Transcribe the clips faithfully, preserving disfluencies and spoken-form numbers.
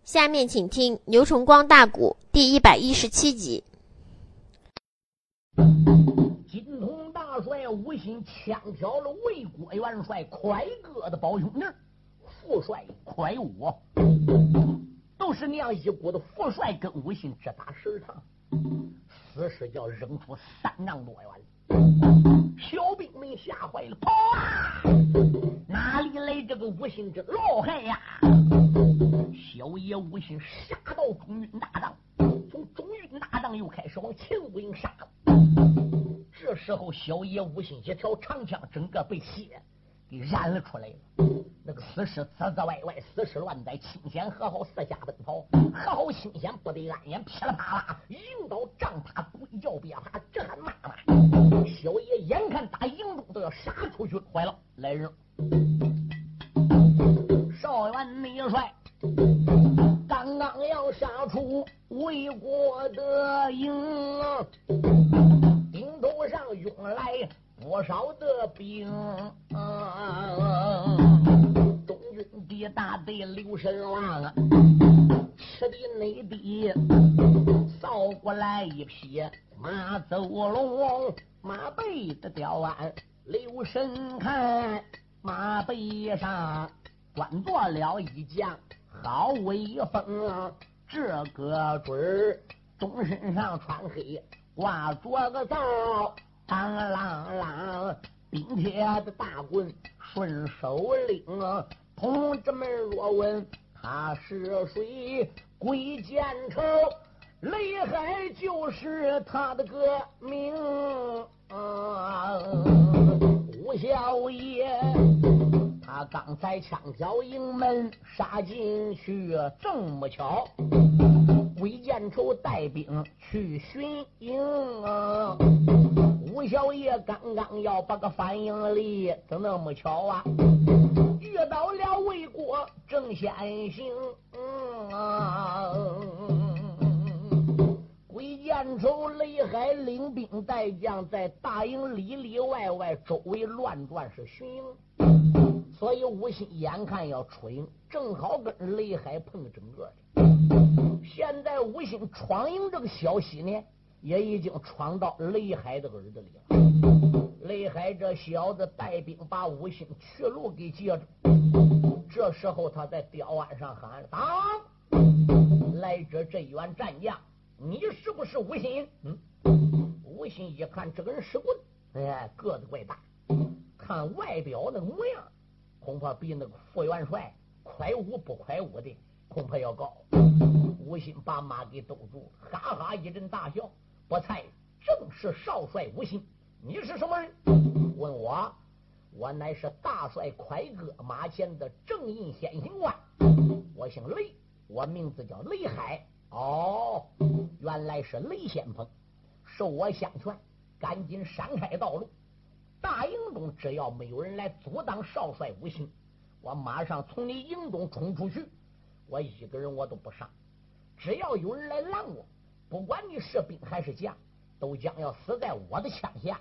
下面请听牛崇光大鼓第一百一十七集。 金童大帅吴心枪挑了魏国元帅蒯哥的宝兄弟，副帅蒯武，都是那样一股的副帅跟吴心只打十趟，死时要扔出三丈多远。小兵们吓坏了，跑啊！哪里来这个吴心之老害呀？小爷吴心杀到中运大帐，从中运大帐又开始往秦武营杀了。这时候小爷吴心一条长枪整个被血给燃了出来了，那个死尸滋滋歪歪，死尸乱在，清闲和好四下奔跑，和好清闲不得安言，噼里啪啦迎到帐塔，鬼叫别怕，直喊骂骂。小爷眼看打营中都要杀出去，坏了，来人！少元内帅刚刚要杀出魏国的营，顶头上涌来不少的兵，中军的大队刘神王，赤地内地扫过来一匹马走龙，马背的吊鞍，刘神看马背上端坐了一将，好威风，这个准儿中身上穿黑，挂着个罩，当啷啷，并且的大棍顺手领。同志们若问他是谁，鬼见愁，雷海就是他的个名。啊，吴小爷他刚才枪挑营门杀进去，正么巧鬼见愁带兵去巡营啊！吴小爷刚刚要把个反应里，怎那么巧啊？遇到了魏国正先行，嗯啊！鬼见愁雷海领兵带将在大营里里外外周围乱转是巡营，所以吴心眼看要出营，正好跟雷海碰整个的。现在吴心闯营这个消息呢，也已经闯到雷海的耳朵里了。雷海这小子带兵把吴心去路给截着，这时候他在吊鞍上喊：“当来者这员战将，你是不是吴心？”嗯，吴心一看这个人是棍，哎，个子怪大，看外表那个模样，恐怕比那个副元帅蒯武不蒯武的恐怕要高。吴心把马给兜住，哈哈一阵大笑，不才正是少帅吴心，你是什么人？问我，我乃是大帅蒯哥马前的正印先行官，我姓雷，我名字叫雷海。哦，原来是雷先锋，受我相劝，赶紧闪开道路。大营中只要没有人来阻挡少帅吴心，我马上从你营中冲出去，我一个人我都不上。只要有人来拦我，不管你是兵还是将，都将要死在我的枪下。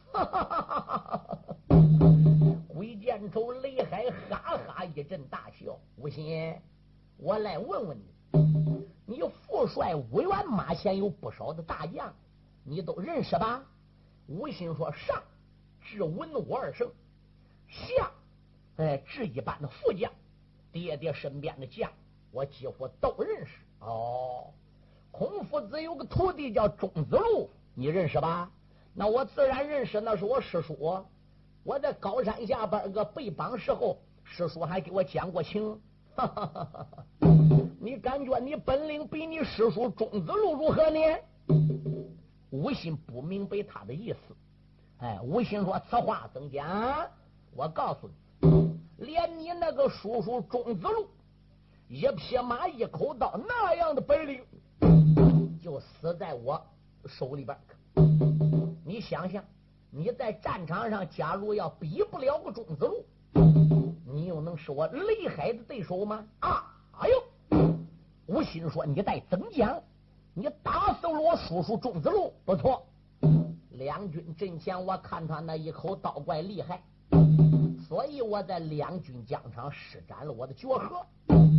鬼见愁雷海哈哈一阵大笑。吴心，我来问问你，你副帅五员马前有不少的大将，你都认识吧？吴心说：上至文武二圣，下哎至一般的副将，爹爹身边的将我几乎都认识。哦，孔夫子有个徒弟叫钟子路，你认识吧？那我自然认识，那是我师叔。我在高山下边个被绑时候，师叔还给我讲过情。哈哈哈哈，你感觉你本领比你师叔钟子路如何呢？吴心不明白他的意思。哎，吴心说：此话怎讲？我告诉你，连你那个叔叔钟子路一匹马一口刀那样的本领，就死在我手里边。你想想，你在战场上假如要比不了个钟子路，你又能是我雷海的对手吗？啊！哎呦，吴心说：你在增奖，你打死了我叔叔钟子路，不错。两军阵前我看他那一口刀怪厉害，所以我在两军疆场施展了我的绝活。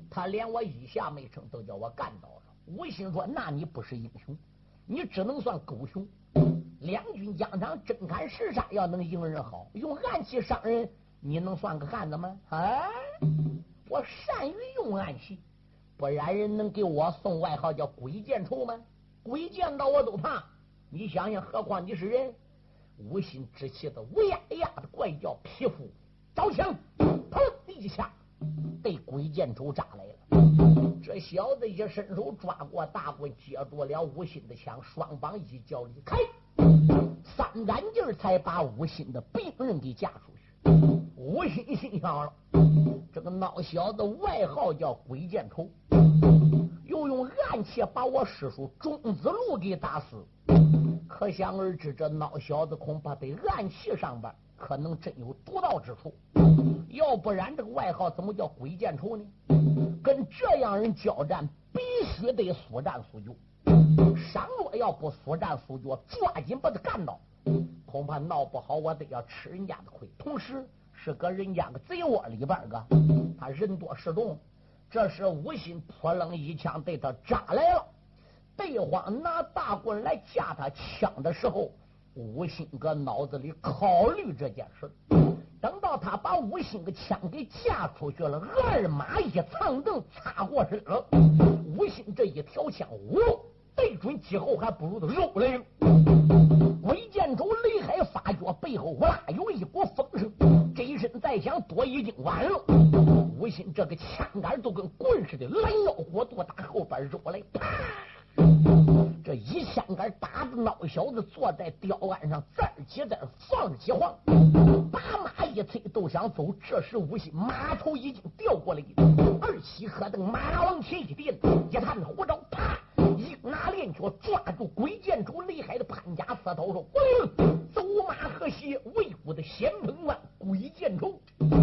他连我一下没成，都叫我干到了。吴心说：“那你不是英雄，你只能算狗熊。两军疆场，真砍实杀，要能赢人好，用暗器伤人，你能算个汉子吗？啊，我善于用暗器，不然人能给我送外号叫鬼见愁吗？鬼见到我都怕，你想想，何况你是人？”无心之气的乌呀呀的怪叫，皮肤着枪，砰一下被鬼见愁扎来了。这小子一伸手抓过大棍，接住了无心的枪，双膀一交离开，三杆劲才把无心的病人给架出去。无心心想了，这个孬小子外号叫鬼见愁，又用暗器把我师叔钟子路给打死，可想而知，这孬小子恐怕在暗器上边可能真有独到之处，要不然这个外号怎么叫鬼见愁呢？跟这样人交战，必须得速战速决。倘若要不速战速决，抓紧把他干倒，恐怕闹不好我得要吃人家的亏。同时是搁人家个贼窝里边个，他人多势众。这时无心扑棱一枪对他扎来了，对方拿大棍来架他枪的时候，无心搁脑子里考虑这件事。等到他把无心个枪给架出去了，二马一藏蹬擦过身了，无心这一条枪呜对准几后还不如的肉来了。鬼见愁雷海发觉背后呼啦有一股风声，这一身再想躲已经晚了。无心这个枪杆都跟棍似的，拦腰火度打后边肉来，啪！这一枪杆打的孬小子坐在吊杆上，再起再放起晃，把马一催都想走。这时无心马头已经掉过来，二七喝灯马往前一颠，一探胡招，啪！一拿链脚抓住鬼见愁雷海的潘家刺头，说：“滚！走马河西，魏国的先锋官鬼见愁。”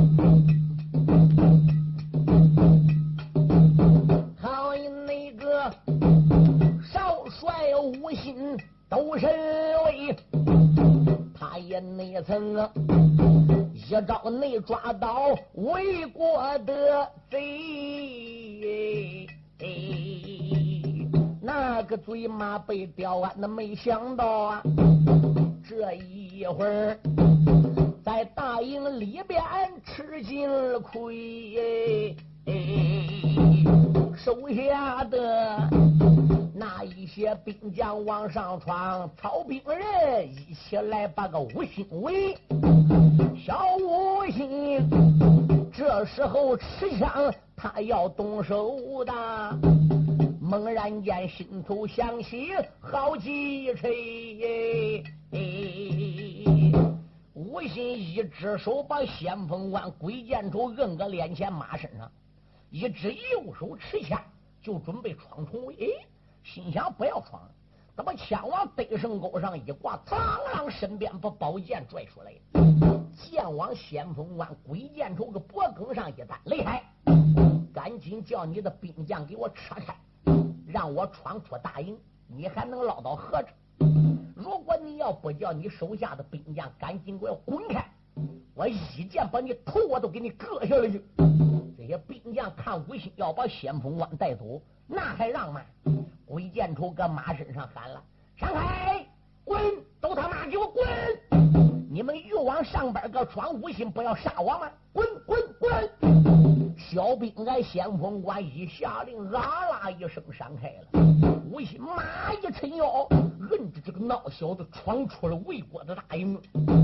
好那个少帅无心都身为，他也内曾一招内抓到魏国的贼，那个嘴马被吊鞍的没想到啊，这一会儿在大营里边吃尽了亏，手下的那一些兵将往上闯，曹兵人一起来把个吴心围。小吴心这时候持枪，他要动手的，猛然间心头想起好几锤，吴心一只手把先锋官鬼见愁摁个脸前马身上，一只右手持枪就准备闯重围，哎，心想不要闯，他把枪往背绳钩上一挂，嘡啷身边把宝剑拽出来，剑往先锋官鬼见愁个脖梗上一搭，厉害，赶紧叫你的兵将给我撤开，让我闯出大营，你还能捞到合着。如果你要不叫你手下的兵将赶紧给我滚开，我一剑把你头我都给你割下来去。这些兵将看吴心要把先锋官带走，那还让吗？鬼见愁搁马身上喊了：“闪开，滚！都他妈给我滚！你们又往上边个闯，吴心不要杀我吗？滚滚滚！”小兵挨先锋官一下令，啊啦一声闪开了。吴心马一抻腰，摁着这个孬小子闯出了魏国的大营。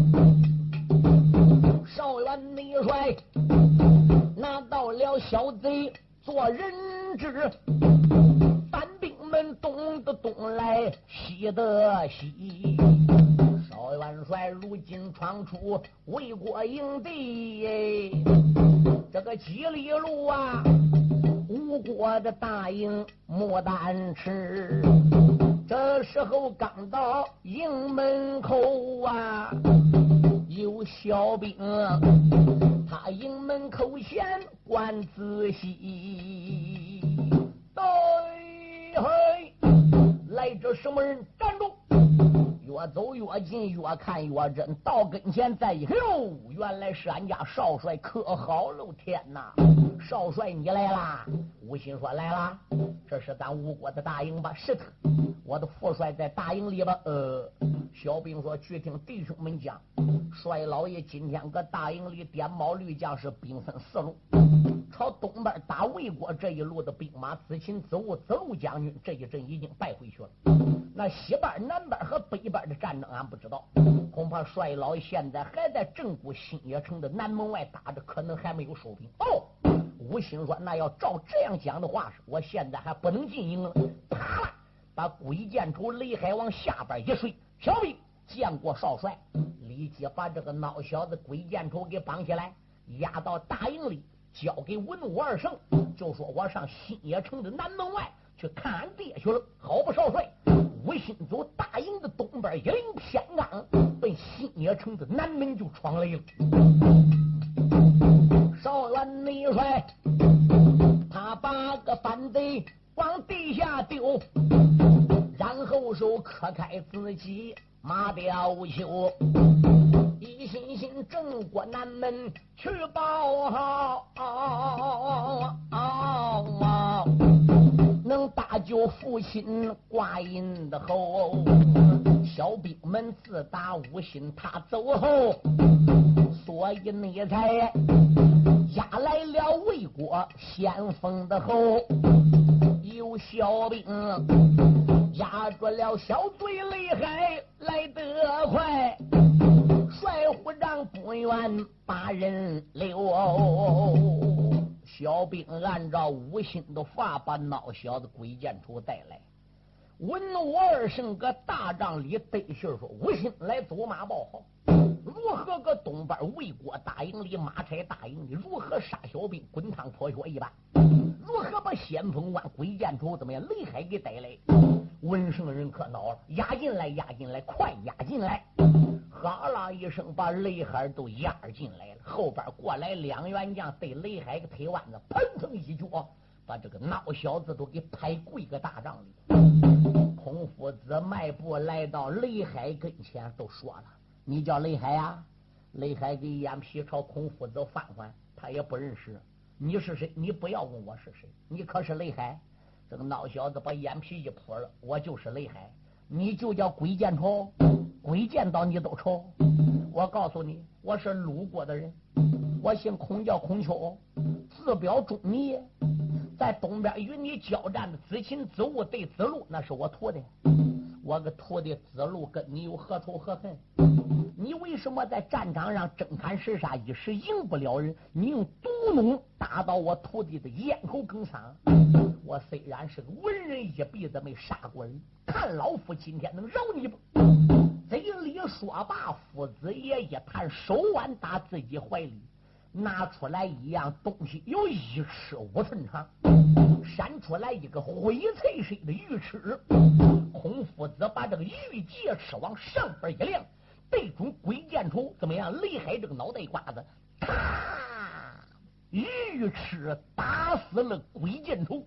少元内帅拿到了小贼做人质，反兵们东的东来西的西，少元帅如今闯出魏国营地，这个几里路啊，吴国的大营莫单吃。这时候刚到营门口啊，有小兵他营门口前观仔细，对嘿，来这什么人？站住！越走越近，越看越真，到跟前再一看，哟，原来是俺家少帅，可好喽！天哪， 少帅你来啦！吴兴说来啦，这是咱吴国的大营吧？是的，我的副帅在大营里吧？呃，小兵说去听弟兄们讲，帅老爷今天搁大营里点卯绿将士兵分四路，朝东边打魏国这一路的兵马，子秦、子午、子路将军这一阵已经败回去了。那西边、南边和北边的战争俺不知道，恐怕帅老爷现在还在正固新野城的南门外打着，可能还没有收兵。哦，吴兴说那要照这样讲的话，我现在还不能进营了。啪，把鬼箭头雷海往下边一睡，小兵见过少帅，立即把这个孬小子鬼箭头给绑起来，押到大营里，交给文武二圣，就说我上新野城的南门外去看俺爹去了。好不少帅，吴兴走大营的东边，一领偏刚，奔新野城的南门就闯来了。少元内帅他把个反贼往地下丢，然后手磕开自己马吊袖，一心心正过南门去报号，能搭救父亲挂印的后，小兵们自打无心他走后，所以你才押来了魏国先锋的后，有小兵压住了小嘴雷海来得快，帅虎让不愿把人留。小兵按照吴兴的话，把孬小子鬼箭头带来。文武二圣搁大帐里对信说：“吴兴来走马报号，如何搁东边魏国大营里马差大营里如何杀小兵，滚烫泼血一般？如何把先锋官鬼箭头怎么样雷海给带来？”文圣人可恼了，压进来，压进来，快压进来！哈啦一声，把雷海都压进来了。后边过来两员将对雷海个腿腕子砰砰一脚，把这个孬小子都给拍跪个大帐里。孔夫子迈步来到雷海跟前，都说了：“你叫雷海啊？”雷海给眼皮朝孔夫子翻翻，他也不认识。你是谁？你不要问我是谁，你可是雷海？这个孬小子把眼皮一扑了，我就是雷海。你就叫鬼见愁，鬼见到你都愁。我告诉你，我是鲁国的人，我姓孔，叫孔丘，自表忠义，在东边与你交战的子秦、子午对子路，那是我徒弟。我个徒弟子路跟你有何仇何恨？你为什么在战场上争砍厮杀，一时赢不了人？你用毒弩打到我徒弟的咽喉梗伤。我虽然是个文人，一辈子没杀过人，看老夫今天能饶你不？嘴里说罢，夫子爷一探手腕打自己怀里，拿出来一样东西，有一尺五寸长，闪出来一个灰翠色的玉尺。孔夫子把这个玉戒尺往上边一亮，对准鬼箭头，怎么样？雷海这个脑袋瓜子，咔！玉尺打死了鬼箭头。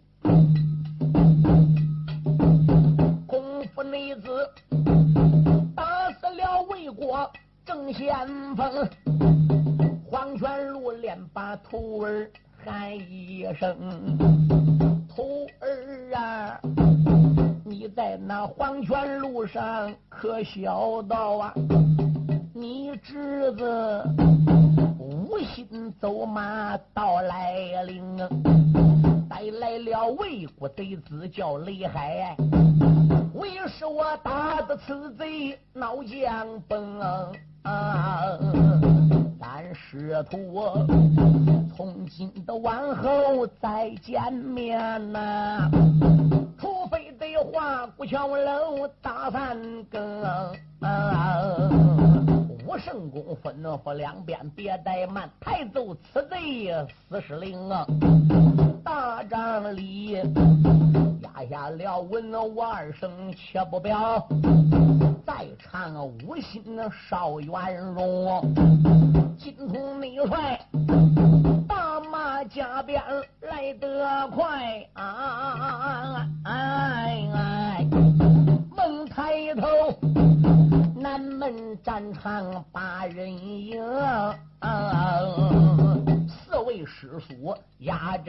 功夫内子打死了魏国正先锋，黄泉路连把徒儿喊一声：“徒儿啊，你在那黄泉路上可晓得啊？你侄子无心走马到来临，带来了魏国贼子叫雷海，为是我打的此贼脑浆崩啊！咱师徒从今的往后再见面呐、啊，除非得花鼓桥楼打三更啊！武圣公吩咐两边别怠慢，抬走此贼四十零啊！大帐里压下了文武二声且不表，再唱五心少元荣，金童内帅大马加鞭来得快啊！哎哎，猛抬头，南门战场八人营，啊、四位师叔压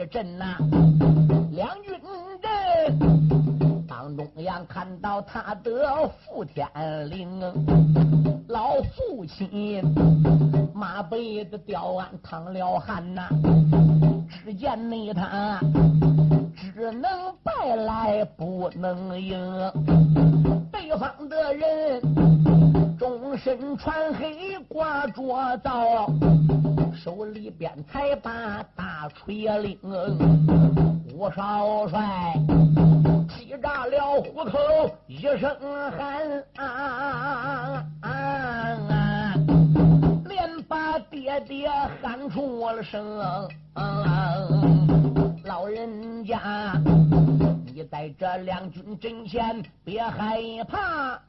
阵呐、啊，两军阵当中央看到他的傅天灵，老父亲马背的吊鞍淌了汗呐、啊，只见那他只能败来不能赢，对方的人终身穿黑挂着刀，手里边才把大锤领，吴少帅气炸了虎口，一声喊啊啊啊，连把爹爹喊出了声、啊、老人家你在这两军阵前别害怕、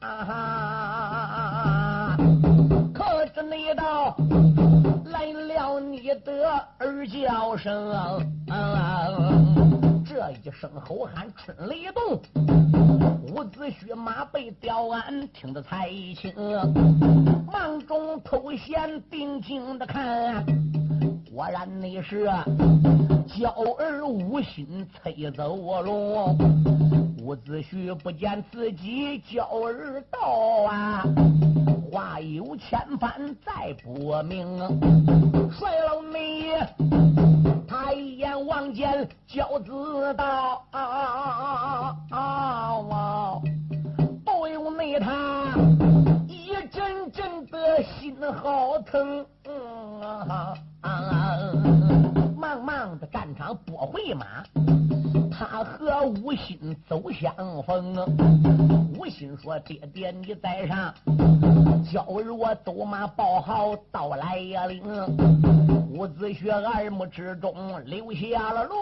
啊、可是那道来了你的儿叫声、啊、这一声吼喊春雷动，伍子胥马背吊鞍听得才清，忙中偷闲定睛的看，果然那是娇儿无心催走龙，伍子胥不见自己娇儿到啊，话有千番再不明，帅老妹他一眼望见娇子道啊啊啊，不由内他一阵阵的心好疼，嗯啊啊，忙忙的战场拨回马，他和吴心走相逢，吴心说爹爹你在上，娇儿我走马报号到来呀领，伍子胥耳目之中流下了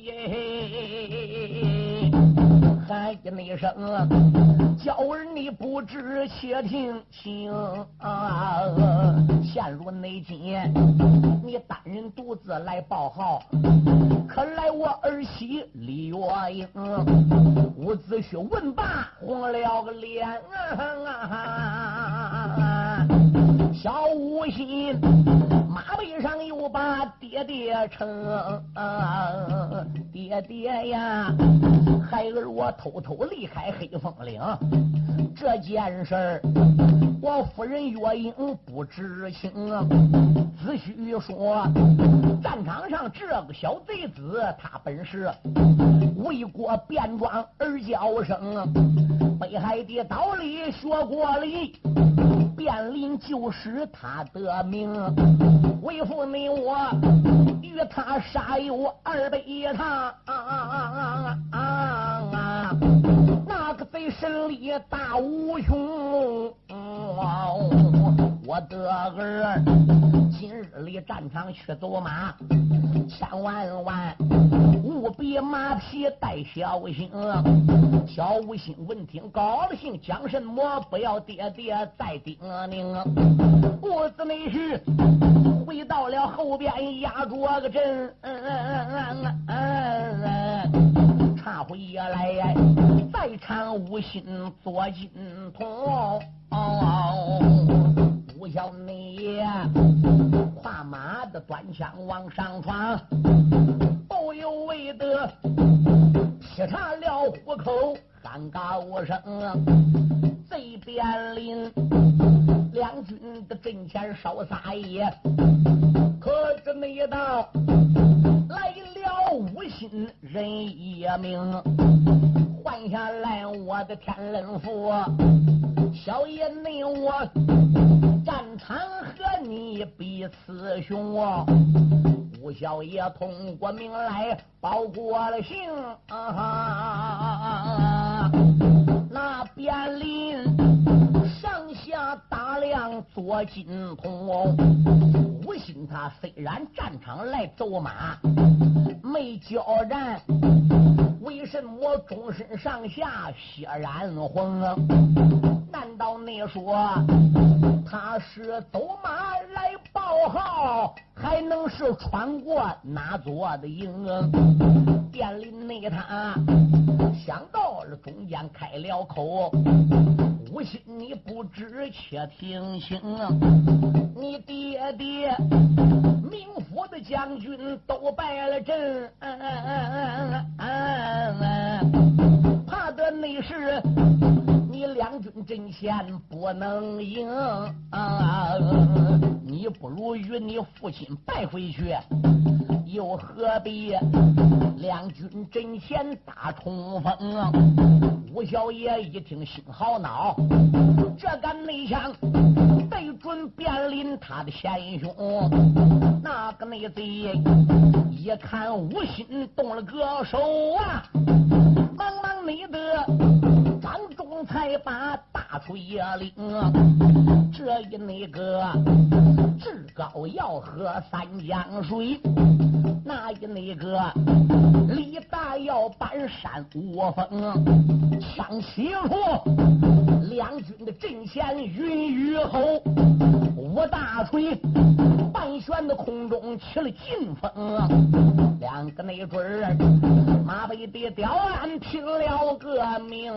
泪，喊一声娇儿你不知且听清啊，陷入内奸你单人独自来报号，可来我儿媳李月英，伍子胥问罢红了个脸啊，小吴心马背上又把爹爹称、啊、爹爹呀孩儿我偷偷离开黑风岭，这件事儿我夫人月英不知情，子胥说战场上这个小贼子他本是为国变装而叫声，北海的道理学过理，便临就是他的名，为父你我与他杀有二百趟啊啊啊啊，那个贼神力大无穷、嗯、我的儿今日里战场去走马，千万万务必马匹带小心，小无心闻听高兴，讲什么不要爹爹再叮咛，步子没事回到了后边压着个阵，嗯嗯嗯嗯嗯，插回来再唱无心左金筒，不晓你跨马的端枪往上闯，不由为得劈叉了虎口喊高声，这边临两军的阵前稍撒野，可是那道来了无心人一名，换下来我的天人符，小爷你我战场和你彼此雄，吴小爷通过名来报过了信，啊，那边临上下打量左金筒，吴心他虽然战场来走马没交战，为什么终身上下血染红？难道你说他是走马来报号，还能是穿过哪座的营？便临内他想到了中间开了口，无心你不知且听清，你爹爹明府的将军都败了阵，嗯嗯嗯嗯嗯，怕的那是你两军阵前不能赢，啊，你不如与你父亲败回去，又何必两军阵前打冲锋？吴小爷一听心好恼，这杆内枪对准卞林他的前胸，那个内贼一看吴心动了个手啊，忙忙内的张仲才把大锤也领，这一那个至高要喝三江水，那一那个李大要搬山五峰，枪起处两军的阵前云雨后，吴大锤半悬的空中起了劲风，两个内准儿马背的吊鞍拼了个命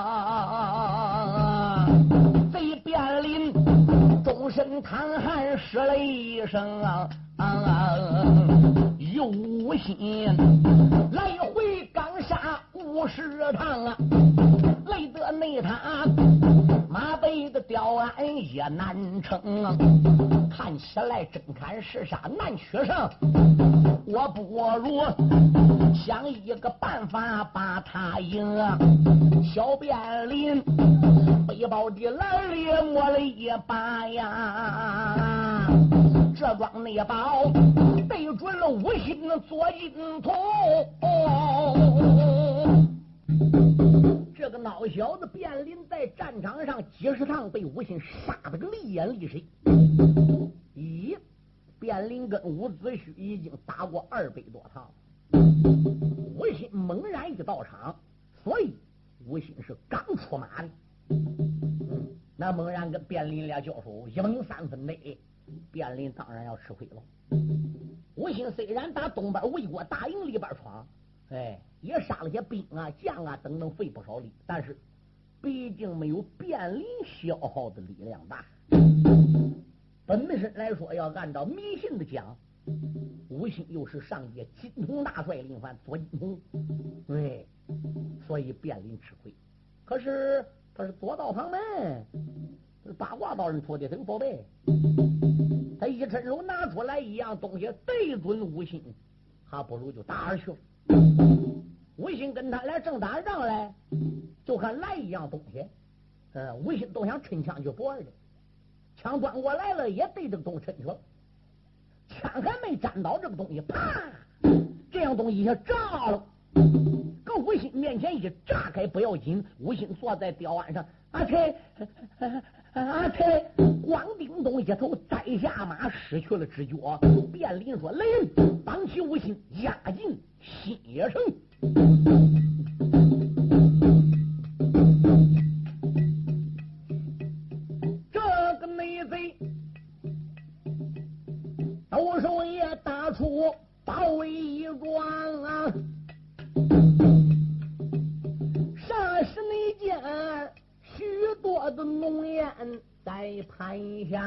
啊！贼卞林终身淌汗湿了一声啊！有无心来回刚杀五十趟啊，累得内他马背的吊鞍也难撑啊！看起来真砍实杀难取胜，我不如想一个办法把他赢啊！小卞林背包的来里摸了一把呀，这桩内包对准了吴心左印筒，这个孬小子卞林在战场上几十趟被吴心杀得个利眼利神。咦，卞林跟伍子胥已经打过二百多趟，吴心猛然一到场，所以吴心是刚出马的。嗯，那猛然跟卞林俩交手一猛三分内，卞林当然要吃亏了。吴心虽然打东边魏国大营里边闯，哎，也杀了些兵啊将啊等等，费不少力，但是毕竟没有卞林消耗的力量大。本身来说，要按照迷信的讲，吴心又是上届金童大帅领番左金童，对，所以卞林吃亏。可是他是左道旁门，是八卦道人徒弟，他有宝贝。他一伸手拿出来一样东西对准吴心，还不如就打而去了。吴心跟他来正打仗来，就看来一样东西，呃，吴心都想抻枪去搏的，枪端过来了也对这个东西抻去了，枪还没沾到这个东西，啪，这样东西一下炸了。搁吴心面前一炸开不要紧，吴心坐在吊鞍上，阿切阿切，光腚东一头栽下马，失去了知觉。卞林说：“来人，绑起吴心，押进新野城。”这个内贼兜手也打出包围一桩啊！霎时内间，许多的浓烟在盘香。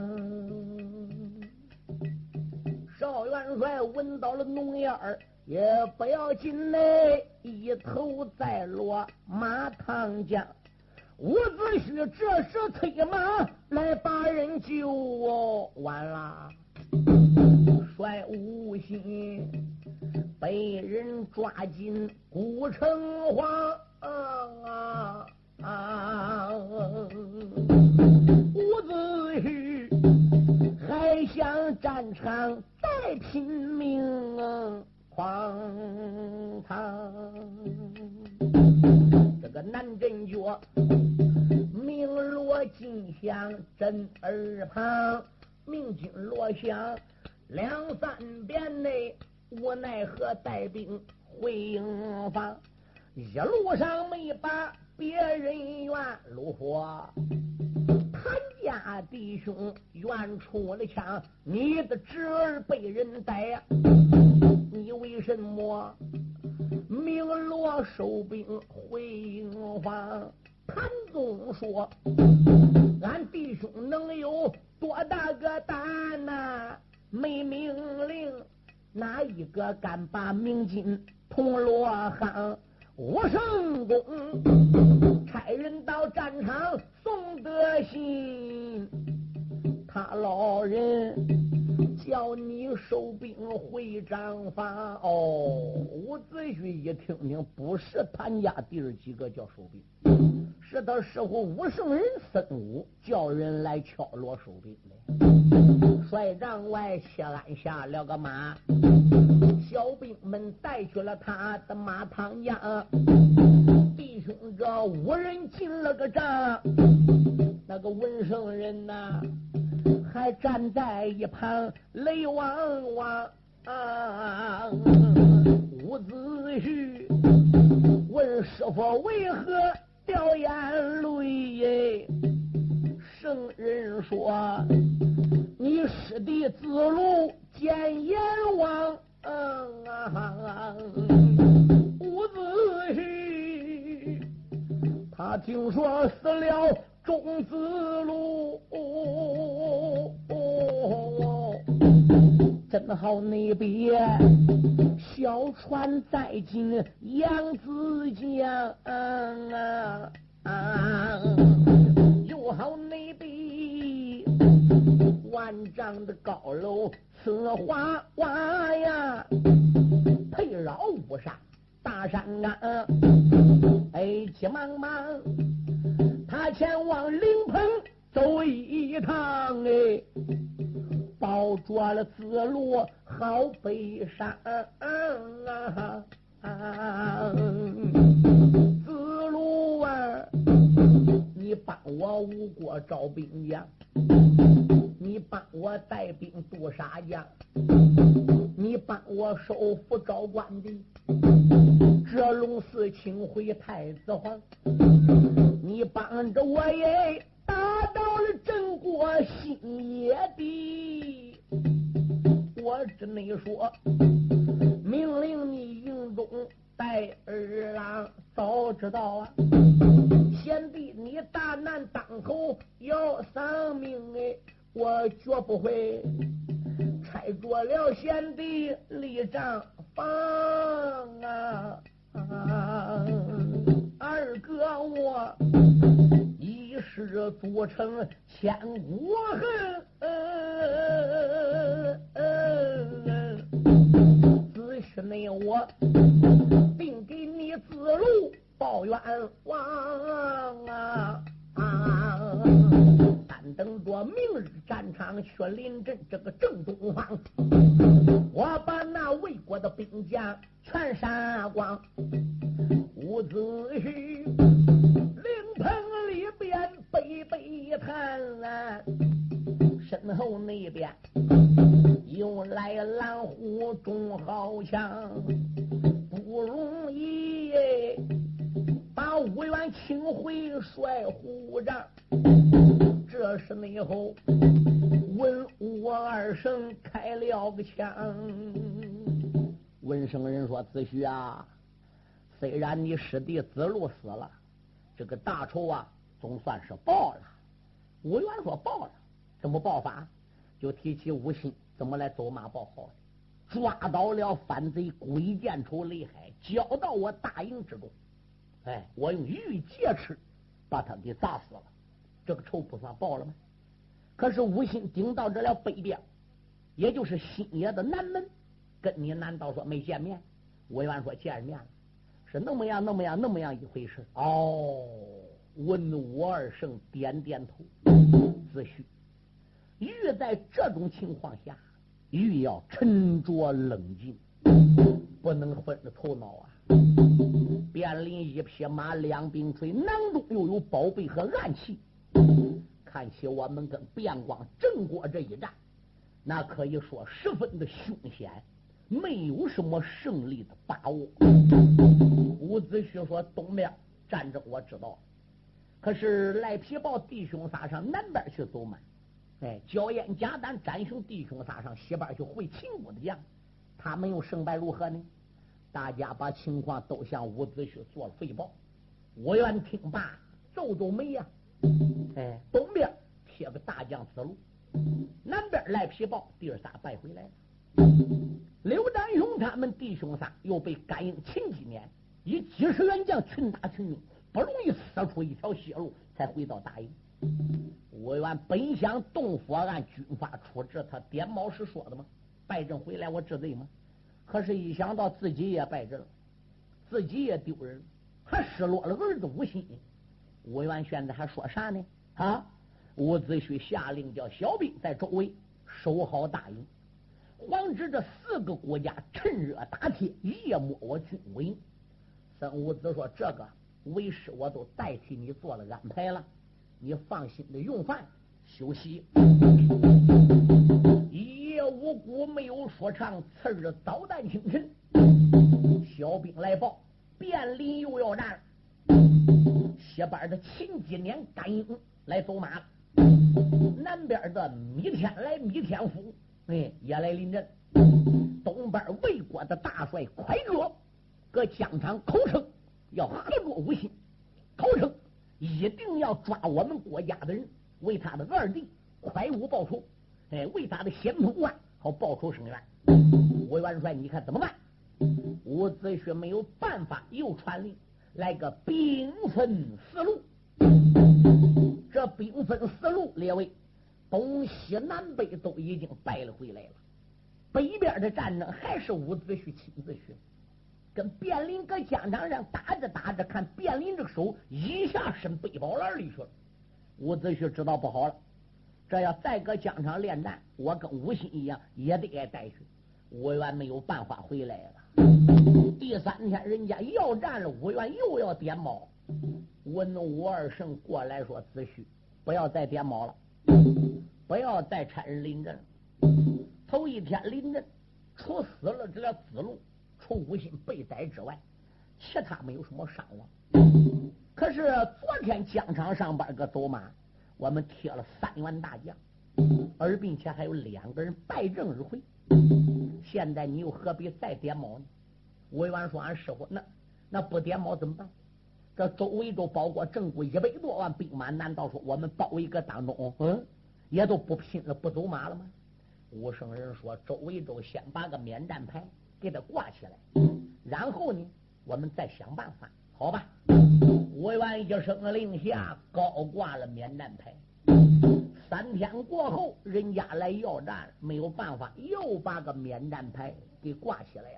邵元帅闻到了浓烟儿，也不要紧嘞，一头再落马趟江。伍子胥这时催马来把人救哦，完了，帅吴心被人抓进古城隍啊啊啊！伍子胥还想战场再拼命啊！荒唐，这个南镇脚鸣锣金响震耳旁，鸣金锣响两三遍内，无奈何带兵回营房，一路上没把别人怨，怒火谭家弟兄冤出了枪，你的侄儿被人逮呀、啊，你为什么鸣锣收兵回营房？谭宗说：俺弟兄能有多大个胆呐、啊？ 没命令，哪一个敢把明金铜锣夯？武圣公差人到战场送得信，他老人叫你收兵回帐房。哦，伍子胥一听听，不是谭家弟儿几个叫收兵，是他师傅武圣人孙武叫人来敲锣收兵的。帅帐外谢安下了个马，小兵们带去了他的马堂家，弟兄这五人进了个帐，那个文圣人呐、啊，还站在一旁泪汪汪。啊，伍子胥问师傅为何掉眼泪耶？圣人说：你师弟子路见阎王。嗯啊，伍子胥他听说死了钟子路，哦哦、正好那边小船载进扬子江，啊啊，又好那边万丈的高楼似花花呀，配绕不上大山岗。哎，急忙忙他前往灵棚走一趟，哎，抱着了子路好悲伤。啊啊，子路啊，你帮我吴国招兵将，你帮我带兵渡沙江，你帮我收复昭关的这龙寺请回太子皇，你帮着我也打到了郑国新野地。我只没说命令你营中带儿郎，早知道啊贤弟你大难当头要丧命，哎，我绝不会拆着了贤弟立帐房啊！啊二哥我一时组成千古恨，呃呃、子胥内我定给你子路报冤枉啊！啊但等着明日战场去临阵这个正东方，我把那魏国的兵将全杀光。伍子胥灵棚里边悲悲叹啊，身后那边又来蓝虎中豪强，不容易耶，把五元请回帅虎帐。这是内后文武二圣开了个枪。文圣人说：子胥啊，虽然你师弟子路死了，这个大仇啊总算是报了。武元说：报了，怎么报法？就提起吴信怎么来走马报号的，抓到了反贼鬼见愁雷海，交到我大营之中。哎，我用玉戒尺把他给砸死了，这个仇不算报了吗？可是吴信顶到这了北边，也就是新野的南门，跟你难道说没见面？武元说见面了，是那么样那么样那么样一回事。哦，文武二圣点点头。子胥欲在这种情况下，欲要沉着冷静，不能昏了头脑啊！便领一匹马，两柄锤，囊中又有宝贝和暗器。看起我们跟边关郑国这一战，那可以说十分的凶险，没有什么胜利的把握。伍子胥说：东边战争我知道，可是赖皮豹弟兄仨上南边去走嘛，哎，焦燕贾丹展雄弟兄仨上西边去会秦国的将，他们又胜败如何呢？大家把情况都向伍子胥做了汇报。我愿听罢皱皱眉呀、啊，哎，东边贴个大将子路， 南边赖皮豹弟儿仨败回来了。刘占雄他们弟兄仨又被甘英秦几年以几十员将群打群勇，不容易撕出一条血路，才回到大营。我原本想洞府按军法处置，他点卯时说的吗？败阵回来我治罪吗？可是一想到自己也败阵了，自己也丢人，还失落了儿子吴心，吴元现在还说啥呢？啊！伍子胥下令叫小兵在周围守好大营，防止这四个国家趁热打铁，夜摸我军无营。孙武子说：“这个为师我都代替你做了安排了，你放心的用饭休息。”一夜无辜没有说唱，次日早旦清晨，小兵来报，便林又要战了。西边的秦几年甘英来走马了，南边的弥天来弥天府，哎，也来临阵。东边魏国的大帅蒯越搁疆场口称要合作无心，口称一定要抓我们国家的人，为他的二弟蒯武报仇，哎，为他的先锋官好报仇声援。魏元帅，你看怎么办？伍子胥没有办法，又传令来个兵分四路。这兵分四路，列位东西南北都已经败了回来了。北边的战争还是伍子胥亲自去，跟卞林搁疆场上打着打着，看卞林这个手一下伸背包篮里去了。伍子胥知道不好了，这要再搁疆场恋战，我跟吴心一样也得挨带去。吴元没有办法回来了。第三天人家要战了，吴元又要点卯。文武二圣过来说：“子胥，不要再点卯了，不要再差人临阵。头一天临阵，除死了这条子路，除吴心被逮之外，其他没有什么伤亡。可是昨天疆场上边个走马，我们贴了三员大将，而并且还有两个人败阵而回。现在你又何必再点卯呢？”魏元说：“俺师傅，那那不点卯怎么办？这周围都包括正国一百多万兵马，难道说我们包围个当中，嗯，也都不拼了，不走马了吗？”吴圣人说：“周围州先把个免战牌给他挂起来，然后呢，我们再想办法，好吧？”魏元一声令下，高挂了免战牌。三天过后，人家来要战，没有办法，又把个免战牌给挂起来了。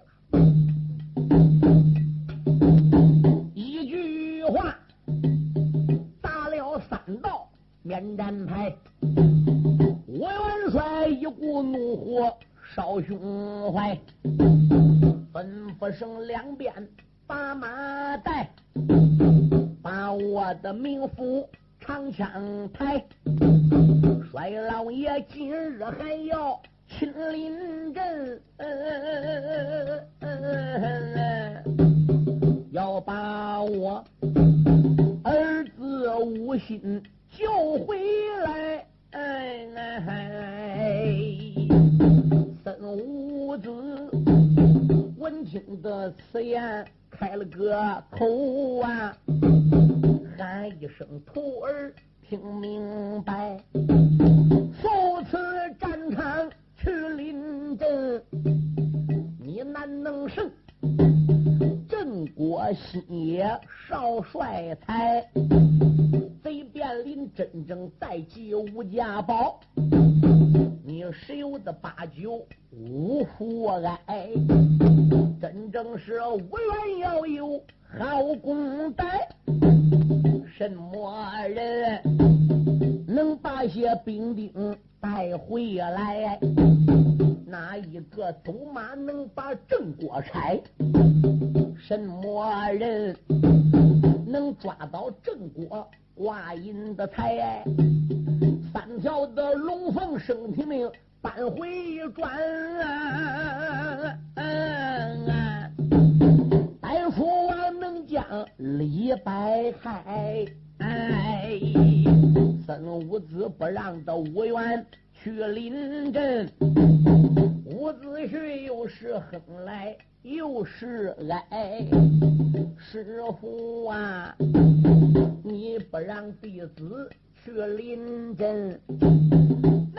一句话打了三道免战牌，魏元帅一股怒火烧胸怀，吩咐声两边把马带，把我的名符长枪抬，帅老爷今日还要亲临阵，呃呃、要把我儿子无心救回来。哎哎，孙武子闻听的此言，开了个口啊，喊一声徒儿听明白，受此战场去临阵，你难能胜镇国新野少帅才，贼便临真正在即无家宝，你谁有的八九无福爱，真正是无缘要有好公带，什么人能把些兵丁带回来？哪一个走马能把郑国拆？什么人能抓到郑国挂银的财？三条的龙凤生体命搬回转啊！大夫王能将李白开，哎，孙武子不让的吴元去临阵，伍子胥又是哼来又是哀，师傅啊，你不让弟子去临阵，那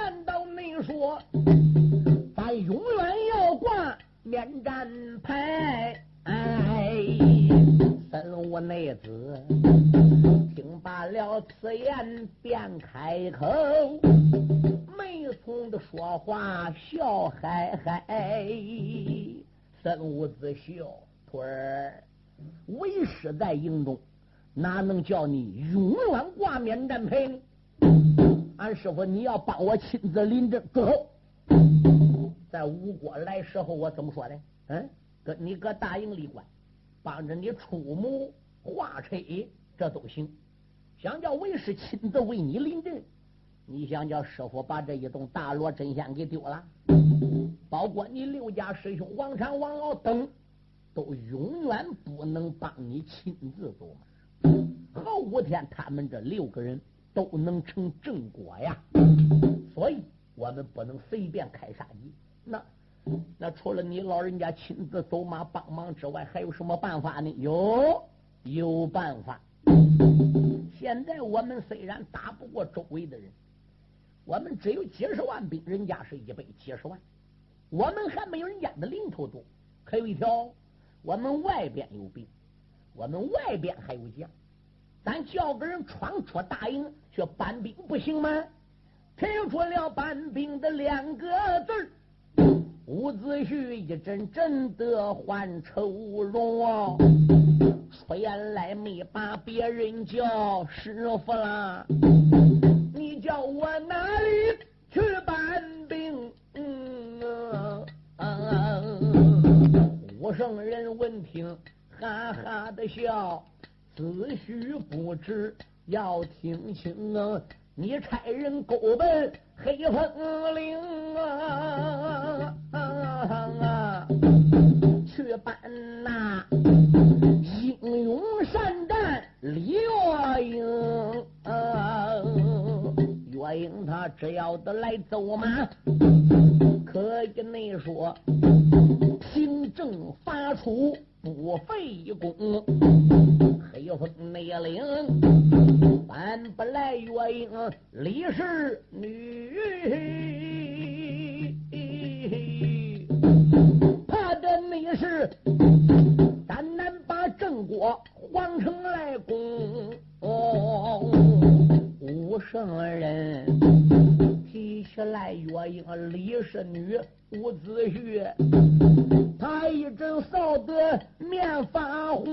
难道你说咱永远要挂免战牌？哎，三我内子听罢了此言，便开口，没从的说话笑嗨嗨。三五子笑徒儿，为师在营中哪能叫你永远挂免战牌呢？俺师傅你要帮我亲自临阵之后，在吴国来时候我怎么说的？嗯，跟你搁大营里关，帮着你出谋划策，这都行。想叫为师亲自为你临阵，你想叫师傅把这一栋大罗真仙给丢了，包括你六家师兄王禅、王敖等，都永远不能帮你亲自走马。后五天他们这六个人都能成正果呀，所以我们不能随便开杀机。那那除了你老人家亲自走马帮忙之外，还有什么办法呢？有有办法。现在我们虽然打不过周围的人，我们只有几十万兵，人家是一百几十万，我们还没有人家的零头多。还有一条，我们外边有兵，我们外边还有将，咱叫个人闯出大营去搬兵不行吗？提出了搬兵的两个字儿，伍子胥一阵阵的换愁容，出言来没把别人叫师傅啦，你叫我哪里去搬兵？嗯啊啊！武圣人闻听哈哈的笑，子胥不知要听清啊！你差人勾奔黑风岭啊啊啊！去搬那英勇善战李月英啊！月英他只要得来走马，可以内说凭正发出不费功，黑风内领搬不来月英李氏女，怕的你是咱难把郑国皇城来攻。哦，武圣人提起来月英李氏女伍子胥，他一阵臊得面发红。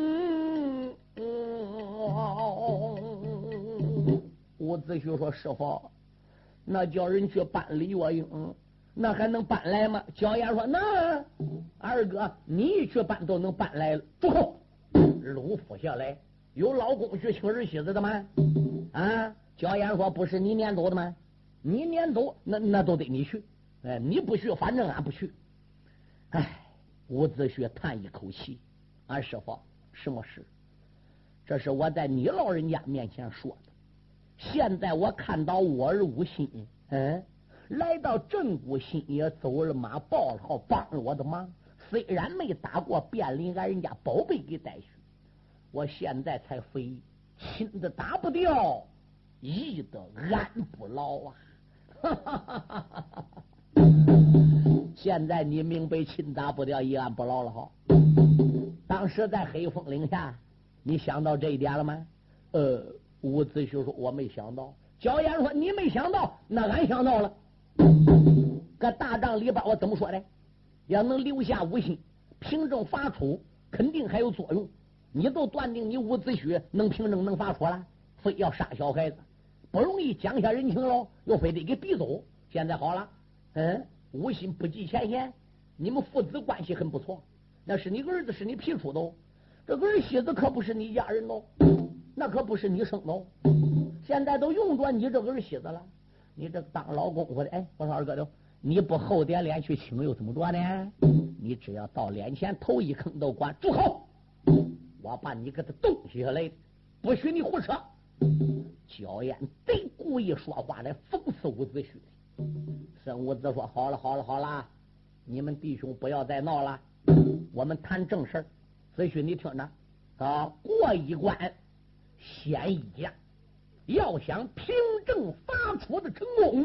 伍子胥说：“师傅，那叫人去搬李月英，那还能搬来吗？”焦岩说：“那二哥，你一去搬都能搬来了。”住口！鲁府下来，有老公去请儿媳妇的吗？啊！焦岩说：“不是你撵走的吗？你撵走，那那都得你去。哎，你不去，反正俺不去。”哎，伍子胥叹一口气：“俺师傅，什么事？这是我在你老人家面前说的。现在我看到我儿武信，嗯，来到镇谷新野，走了马，报了号，帮了我的忙。虽然没打过便林，俺人家宝贝给带去，我现在才非亲的打不掉，义的安不牢啊！哈哈哈哈哈哈！现在你明白亲打不掉，义安不牢了哈？当时在黑风岭下，你想到这一点了吗？呃。伍子胥说：“我没想到。”焦岩说：“你没想到，那俺想到了。搁大仗里边，我怎么说呢？要能留下武信，凭证发出，肯定还有作用。你都断定你伍子胥能凭证能发出了，非要杀小孩子，不容易讲下人情喽，又非得给逼走。现在好了，嗯，武信不计前嫌，你们父子关系很不错，那是你儿子，是你皮出的哦，这个儿媳妇可不是你家人哦。”那可不是你生的，现在都用着你这个儿媳妇了。你这当老公我的，哎，我说二哥的，你不厚点脸去请又怎么着呢？你只要到脸前头一坑都管住口！我把你给他冻下来，不许你胡扯！焦岩贼故意说话来讽刺伍子胥。孙伍子说：“好了好了好了，你们弟兄不要再闹了，我们谈正事儿。子胥你听着啊，过一关。”先一将，要想凭证发出的成功，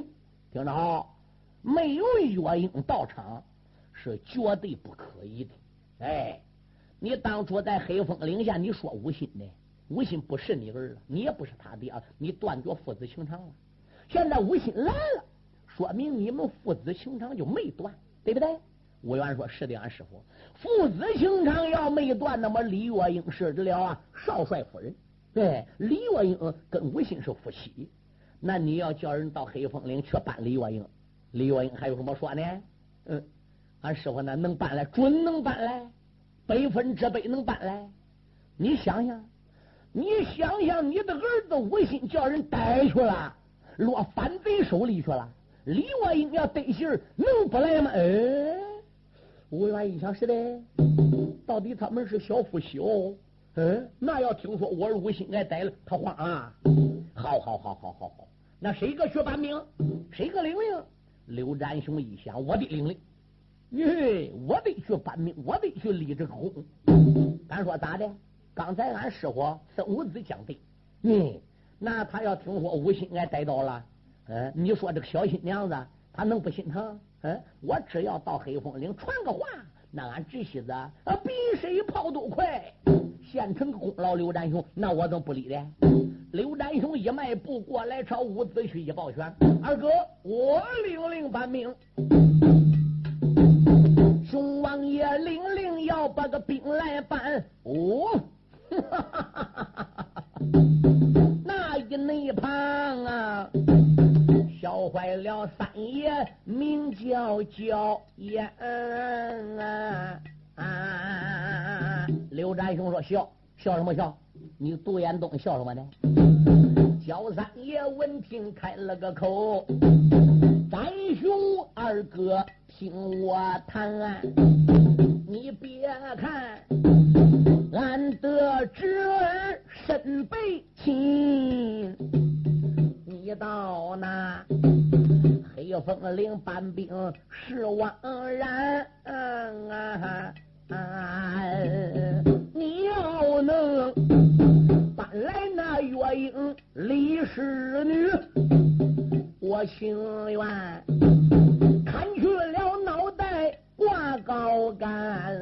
听着好，没有岳英到场是绝对不可以的。哎，你当初在黑风岭下，你说吴昕呢？吴昕不是你儿子，你也不是他的儿，你断绝父子情长了。现在吴昕来了，说明你们父子情长就没断，对不对？吴元说：“是的，俺师傅，父子情长要没断，那么李月英是了啊，少帅夫人。对，李月英跟吴昕是夫妻。那你要叫人到黑风岭去办李月英，李月英还有什么说呢？嗯，俺师傅呢能办来，准能办来，百分之百能办来。你想想。”你想想，你的儿子吴昕叫人逮去了，落反贼手里去了。李月英要得信儿，能不来吗？哎，吴元一想是的，到底他们是小夫妻哦。嗯，那要听说我儿吴昕挨逮了，他慌啊！好好好好好好，那谁个去办命？谁个领令？刘占雄一想，我得领令，耶，我得去办命，我得去立这个功。咱说咋的？刚才俺师傅孙武子讲的，嗯，那他要听说吴昕挨逮到了，嗯，你说这个小新娘子他能不心疼？嗯，我只要到黑风岭传个话，那俺直系子啊比谁跑都快，现成个功劳。刘占雄，那我怎么不理的？刘占雄一迈步过来，朝伍子胥一抱拳：“二哥，我领令办命。”熊王爷领令要把个兵来办。哦。那一那旁啊，笑坏了三爷，名叫焦燕啊啊！刘占雄说：“笑笑什么笑？你独眼洞笑什么呢？”焦三爷闻听开了个口：“占雄二哥，听我谈，你别看。”俺的侄儿身被擒，你到那黑风岭搬兵是枉然啊！你要能搬来那月英李氏女，我情愿砍去了脑袋挂高杆。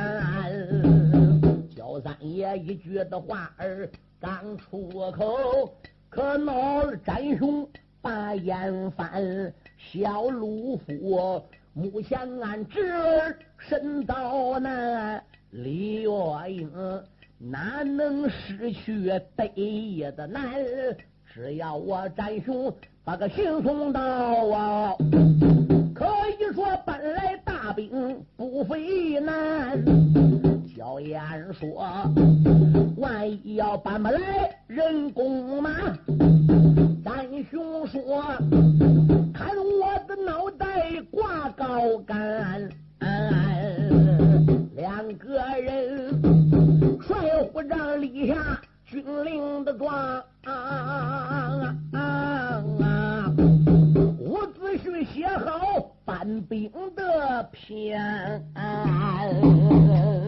焦三爷一句的话儿刚出口，可恼了占雄把眼翻，小鲁夫目前俺侄儿身遭难，李月英哪能失去得意的难？只要我占雄把个信送到啊，可以说搬来大兵不费难。焦燕说：“万一要搬不来人工马。”占雄说：“看我的脑袋挂高杆。”两个人帅虎帐立下军令的状啊啊啊！伍子胥写好搬兵的篇。